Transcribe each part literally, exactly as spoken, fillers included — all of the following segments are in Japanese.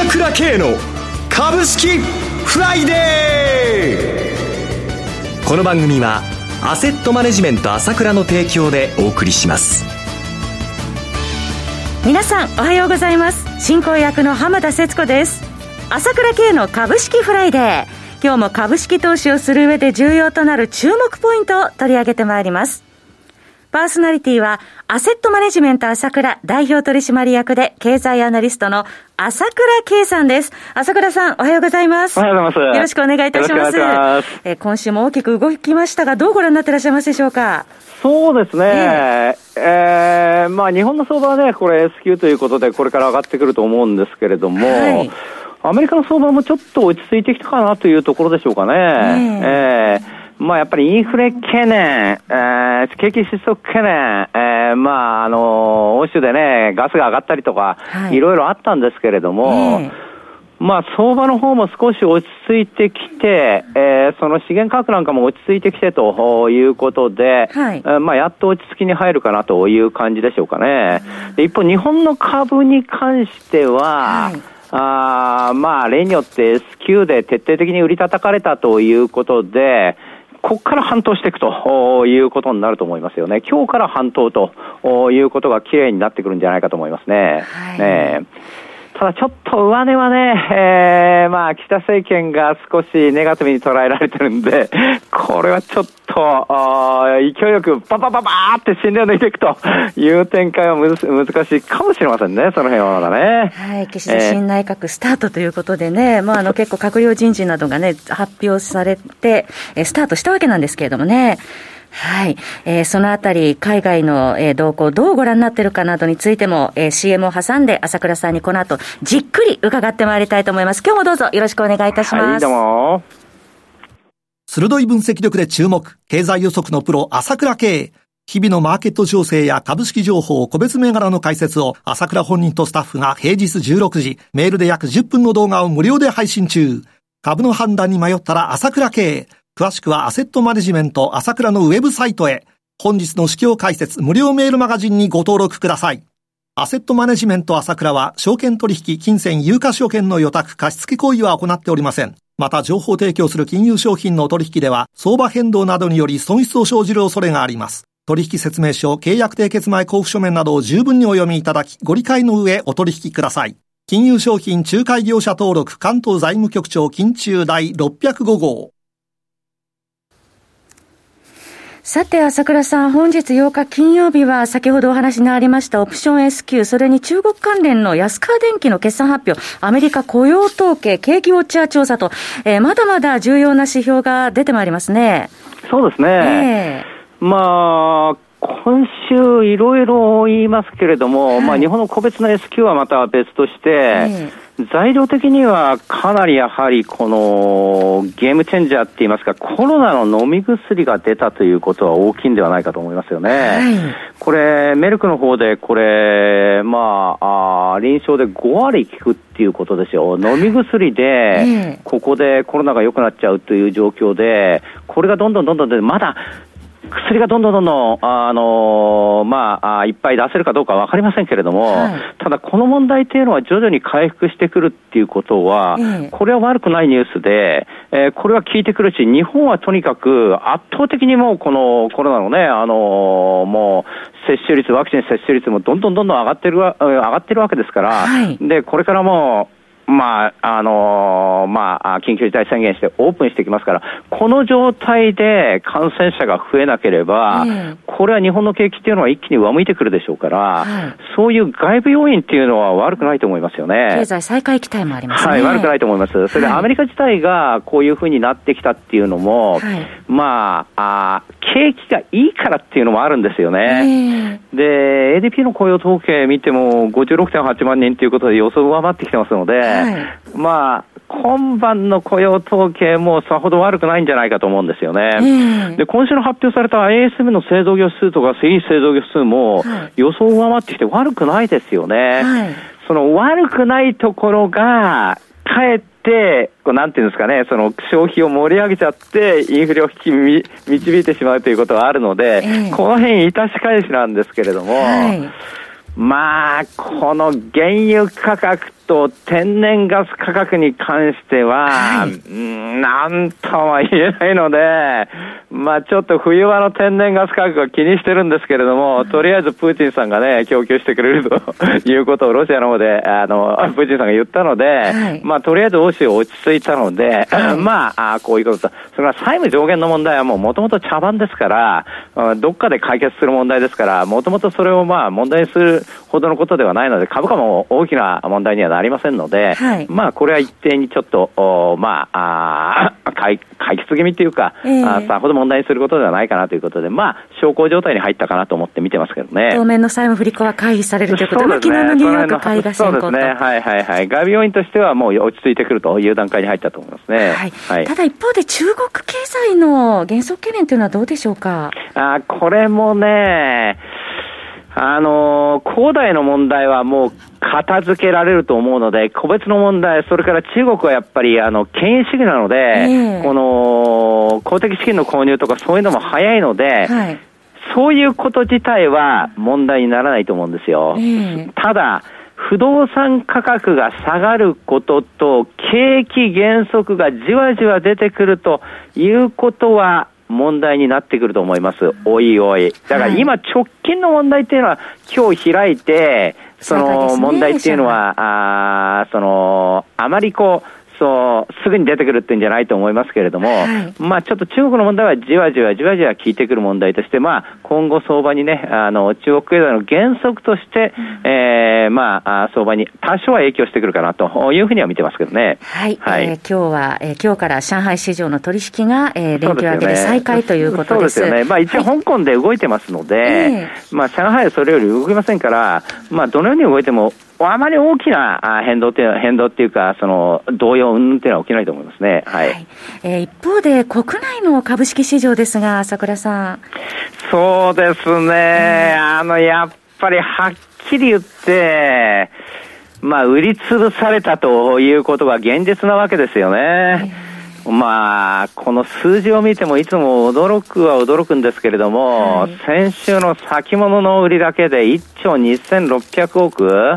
倉慶の株式フライデー。この番組はアセットマネジメント朝倉の提供でお送りします。 皆さんおはようございます。進行役の浜田節子です。朝倉慶の株式フライデー、今日も株式投資をする上で重要となる注目ポイントを取り上げてまいります。パーソナリティはアセットマネジメント朝倉代表取締役で経済アナリストの朝倉慶さんです。朝倉さんおはようございます。 おはようございます。 よろしくお願いいたします。ますえ今週も大きく動きましたが、どうご覧になっていらっしゃいますでしょうか。 そうですね、えーえー、まあ日本の相場はね、これ S q ということでこれから上がってくると思うんですけれども、はい、アメリカの相場もちょっと落ち着いてきたかなというところでしょうかね。えー、えーまあやっぱりインフレ懸念、えー、景気失速懸念、えー、まああの欧州でねガスが上がったりとか、はい、いろいろあったんですけれども、えー、まあ相場の方も少し落ち着いてきて、えー、その資源価格なんかも落ち着いてきてということで、はい、えー、まあやっと落ち着きに入るかなという感じでしょうかね。で一方日本の株に関しては、はい、あまあ例によって S q で徹底的に売り叩かれたということで、ここから反騰していくということになると思いますよね。今日から反騰ということが綺麗になってくるんじゃないかと思いますね。はい、ねただちょっと上値はね、えー、まあ岸田政権が少しネガティブに捉えられてるんで、これはちょっと勢いよくパパパパーって心理を抜いていくという展開はむず難しいかもしれませんね。その辺はまだね。 はい、岸田新内閣スタートということでね、えー、まああの結構閣僚人事などがね発表されてスタートしたわけなんですけれどもね。はい、えー、そのあたり海外の、えー、動向どうご覧になっているかなどについても、えー、シーエム を挟んで朝倉さんにこの後じっくり伺ってまいりたいと思います。今日もどうぞよろしくお願いいたします。 はい、どうも。 鋭い分析力で注目、経済予測のプロ朝倉慶。日々のマーケット情勢や株式情報、個別銘柄の解説を朝倉本人とスタッフが平日じゅうろくじメールで約じゅっぷんの動画を無料で配信中。株の判断に迷ったら朝倉慶。詳しくはアセットマネジメント朝倉のウェブサイトへ。本日の市況解説無料メールマガジンにご登録ください。アセットマネジメント朝倉は証券取引、金銭、有価証券の予託、貸付行為は行っておりません。また情報提供する金融商品の取引では相場変動などにより損失を生じる恐れがあります。取引説明書、契約締結前交付書面などを十分にお読みいただき、ご理解の上お取引ください。金融商品仲介業者登録関東財務局長金中第ろっぴゃくご号。 さて朝倉さん、本日ようか金曜日は先ほどお話にありましたオプション S q、 それに中国関連の安川電機の決算発表、アメリカ雇用統計、景気ウォッチャー調査と、えー、まだまだ重要な指標が出てまいりますね。 そうですね、えー、まあ今週いろいろ言いますけれども、はい、まあ日本の個別の S q はまた別として、えー材料的にはかなりやはりこのゲームチェンジャーって言いますか、コロナの飲み薬が出たということは大きいんではないかと思いますよね。はい、これメルクの方でこれまあ、あ臨床でごわり効くっていうことですよ。飲み薬でここでコロナが良くなっちゃうという状況で、これがどんどんどんどんでまだ薬がどんどんどんどん、あのー、まあ、いっぱい出せるかどうかわかりませんけれども、はい、ただこの問題というのは徐々に回復してくるっていうことは、えー、これは悪くないニュースで、えー、これは効いてくるし、日本はとにかく圧倒的にもうこのコロナのね、あのー、もう接種率、ワクチン接種率もどんどんどんどん上がってるわ、上がってるわけですから、はい、で、これからもまあ、あのー、まあ、緊急事態宣言してオープンしてきますから、この状態で感染者が増えなければ、うん、これは日本の景気っていうのは一気に上向いてくるでしょうから、はい、そういう外部要因っていうのは悪くないと思いますよね。 経済再開期待もありますね。 はい、悪くないと思います。それでアメリカ自体がこういうふうになってきたっていうのも、はい、まあ、あ、景気がいいからっていうのもあるんですよね。で、エーディーピー の雇用統計見ても ごじゅうろくてんはちまんにんということで予想を上回ってきてますので、はい、まあ、今晩の雇用統計もさほど悪くないんじゃないかと思うんですよね。で、今週の発表された エーエスエム の製造業指数とか非製造業指数も予想を上回ってきて悪くないですよね。はい、その悪くないところが、かえって、こうなんていうんですかね、その消費を盛り上げちゃってインフレを引き導いてしまうということがあるので、えー、この辺致し返しなんですけれども、はい、まあこの原油価格と天然ガス価格に関しては、はい、んなんとは言えないので、まあちょっと冬場の天然ガス価格は気にしてるんですけれども、うん、とりあえずプーチンさんがね、供給してくれるということをロシアの方で、あの、プーチンさんが言ったので、はい、まあとりあえず欧州落ち着いたので、はい、まあ、あこういうことと、それから債務上限の問題はもうもともと茶番ですから、どっかで解決する問題ですから、もともとそれをまあ問題にするほどのことではないので、株価も大きな問題にはなりませんので、はい、まあこれは一定にちょっと、まあ、あ解, 解決気味というか、えー、さほど問題にすることではないかなということで、まあ小康状態に入ったかなと思って見てますけどね。 当面の債務不履行は回避されるということで、昨日のニューヨーク買いが先行と。 そうですね。はいはいはい。外部要因としてはもう落ち着いてくるという段階に入ったと思いますね。 はいはい、ただ一方で中国経済の減速懸念というのはどうでしょうか。 あ、これもね、あのー、恒大の問題はもう片付けられると思うので、個別の問題、それから中国はやっぱりあの権威主義なので、えー、この公的資金の購入とかそういうのも早いので、はい、そういうこと自体は問題にならないと思うんですよ。えー、ただ不動産価格が下がることと景気減速がじわじわ出てくるということは問題になってくると思います。おいおい。だから今直近の問題っていうのは今日開いて、その問題っていうのは、あその、あまりこう、そうすぐに出てくるっていうんじゃないと思いますけれども、はい、まあちょっと中国の問題はじわじわじわじわ効いてくる問題として、まあ今後相場にね、あの中国経済の減速として、うん、えー、まあ相場に多少は影響してくるかなというふうには見てますけどね。 はい。はい、えー、今日は、えー、今日から上海市場の取引が、えー、連休明けで再開ということです。 そうですよね。まあ一応香港で動いてますので、はい、まあ上海はそれより動きませんから、まあどのように動いてもあまり大きな変動っていう変動っていうか、その動揺云々っていうのは起きないと思いますね。はい。はい、 えー、一方で国内の株式市場ですが、朝倉さん。 そうですね。うん、あのやっぱりはっきり言って、まあ売りつぶされたということが現実なわけですよね。うん、まあこの数字を見てもいつも驚くは驚くんですけれども、はい、先週の先物の売りだけでいっちょうにせんろっぴゃくおく、はい、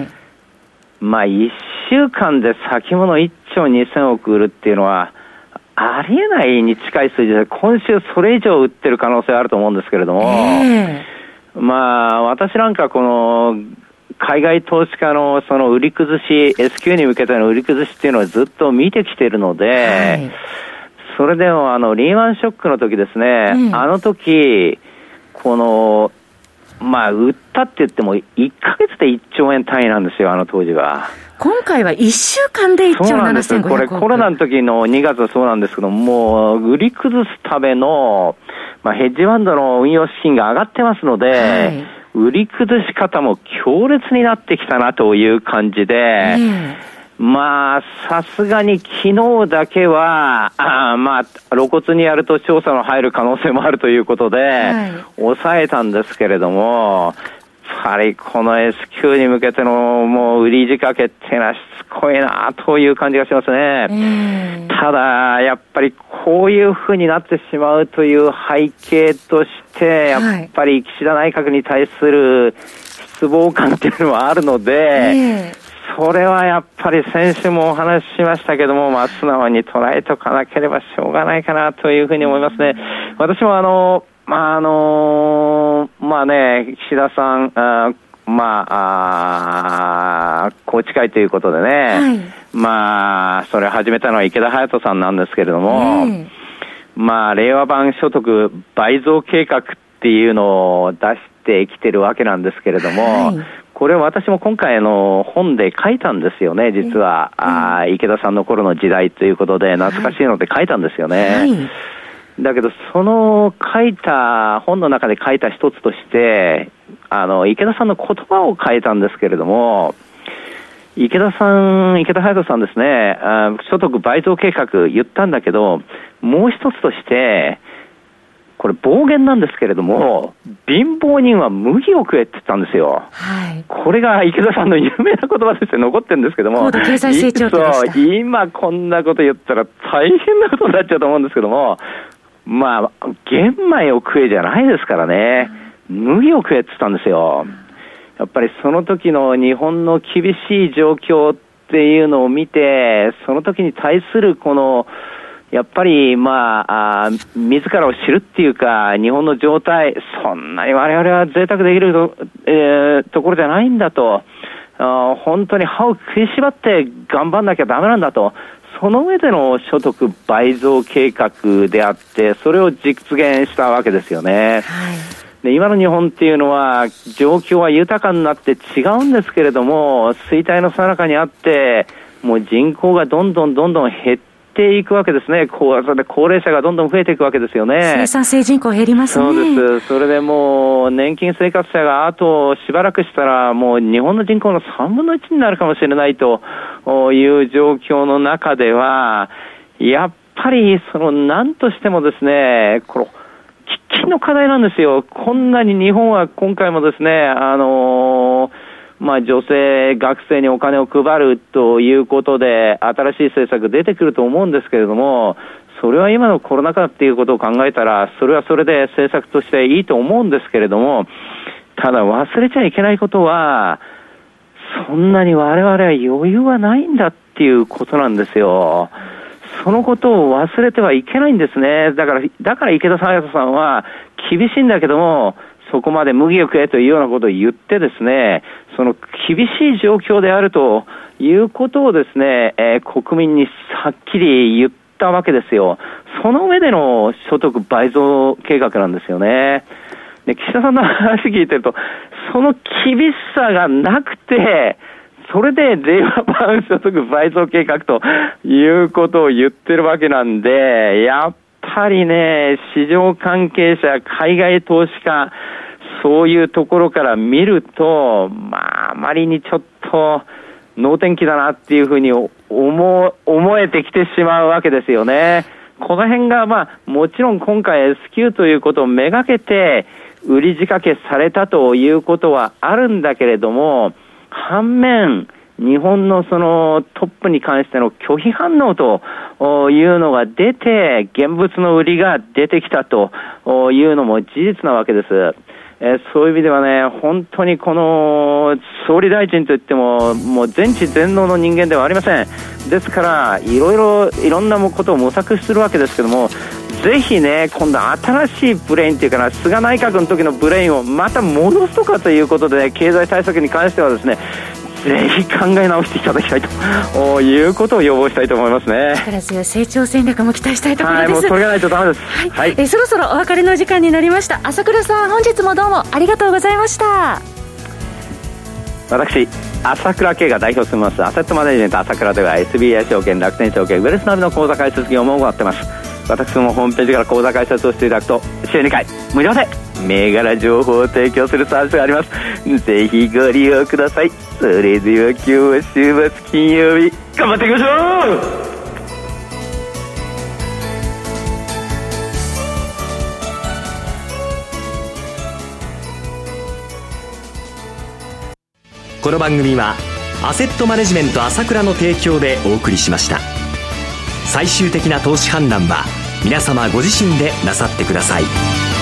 まあいっしゅうかんで先物いっちょうにせんおく売るっていうのはありえないに近い数字で、今週それ以上売ってる可能性あると思うんですけれども、えー、まあ私なんかこの海外投資家のその売り崩し エスキュー に向けての売り崩しっていうのをずっと見てきているので、はい、それでもあのリーマンショックの時ですね、うん、あの時このまあ売ったって言ってもいっかげつでいっちょうえん単位なんですよ、あの当時は。 今回はいっしゅうかんでいっちょうななせんごひゃくおく。 これコロナの時のにがつはそうなんですけども、売り崩すための、まあ、ヘッジファンドの運用資金が上がってますので、はい、売り崩し方も強烈になってきたなという感じで、うん、まあさすがに昨日だけはあまあ露骨にやると調査の入る可能性もあるということで、はい、抑えたんですけれども、やはりこの エスキュー に向けてのもう売り仕掛けっていうのはしつこいなという感じがしますね。うん、ただやっぱりこういうふうになってしまうという背景としてやっぱり岸田内閣に対する失望感っていうのはあるので、それはやっぱり先週もお話ししましたけども、まあ素直に捉えとかなければしょうがないかなというふうに思いますね。私もあのまああのー、まあね、岸田さん、あまあ、あ宏池会ということでね、はい、まあ、それを始めたのは池田勇人さんなんですけれども、うん、まあ、令和版所得倍増計画っていうのを出してきてるわけなんですけれども、はい、これを私も今回の本で書いたんですよね、実は。うん、あ池田さんの頃の時代ということで、懐かしいので書いたんですよね。はいはい、だけどその書いた本の中で書いた一つとしてあの池田さんの言葉を変えたんですけれども、池田さん池田勇人さんですね、あ所得倍増計画言ったんだけど、もう一つとしてこれ暴言なんですけれども、貧乏人は麦を食えって言ったんですよ。はい、これが池田さんの有名な言葉として残ってるんですけども、 高度経済成長期でした。 そう今こんなこと言ったら大変なことになっちゃうと思うんですけども、まあ、玄米を食えじゃないですからね。麦を食えって言ったんですよ。 やっぱりその時の日本の厳しい状況っていうのを見て、その時に対するこのやっぱりまあ、あ自らを知るっていうか、日本の状態、そんなに我々は贅沢できると、えー、ところじゃないんだと、あ本当に歯を食いしばって頑張んなきゃダメなんだと、その上での所得倍増計画であって、それを実現したわけですよね。はい、で今の日本っていうのは状況は豊かになって違うんですけれども、衰退の最中にあって、もう人口がどんどんどんどん減っていくわけですね。高齢者がどんどん増えていくわけですよね。 生産性人口減りますね。 そうです。それでもう年金生活者があとしばらくしたらもう日本の人口のさんぶんのいちになるかもしれないという状況の中では、やっぱりその何としてもですね、この喫緊の課題なんですよ。こんなに日本は今回もですね、あのーまあ、女性、学生にお金を配るということで新しい政策出てくると思うんですけれども、それは今のコロナ禍っていうことを考えたら、それはそれで政策としていいと思うんですけれども、ただ忘れちゃいけないことは、そんなに我々は余裕はないんだっていうことなんですよ。そのことを忘れてはいけないんですね。だから、だから池田沙耶さんは厳しいんだけども、そこまで麦を食えというようなことを言ってですね、その厳しい状況であるということをですね、えー、国民にはっきり言ったわけですよ。その上での所得倍増計画なんですよね。で、岸田さんの話聞いてると、その厳しさがなくて、それで令和版所得倍増計画ということを言ってるわけなんで、やっぱりね、市場関係者、海外投資家、そういうところから見ると、まあ、あまりにちょっと能天気だなっていうふうに思、思えてきてしまうわけですよね。この辺が、まあ、もちろん今回 エスキュー ということをめがけて売り仕掛けされたということはあるんだけれども、反面、日本のそのトップに関しての拒否反応というのが出て、現物の売りが出てきたというのも事実なわけです。えー、そういう意味ではね、本当にこの総理大臣といってももう全知全能の人間ではありません。ですからいろいろいろんなことを模索するわけですけども、ぜひね、今度新しいブレインというかな、菅内閣の時のブレインをまた戻すとかということで、経済対策に関してはですね、ぜひ考え直していただきたいということを要望したいと思いますね。 力強い成長戦略も期待したいところです。 はい、もうそれがないとダメです。はいはい、えそろそろお別れの時間になりました。朝倉さん、本日もどうもありがとうございました。 私、朝倉慶が代表を務めますアセットマネジメント朝倉では エスビーアイ 証券、楽天証券、ウェルスナビの口座開設業務を行っています。私もホームページから口座開設をしていただくと週にかい無料で銘柄情報を提供するサービスがあります。ぜひご利用ください。それでは今日は週末金曜日、頑張っていきましょう。 この番組はアセットマネジメント朝倉の提供でお送りしました。最終的な投資判断は皆様ご自身でなさってください。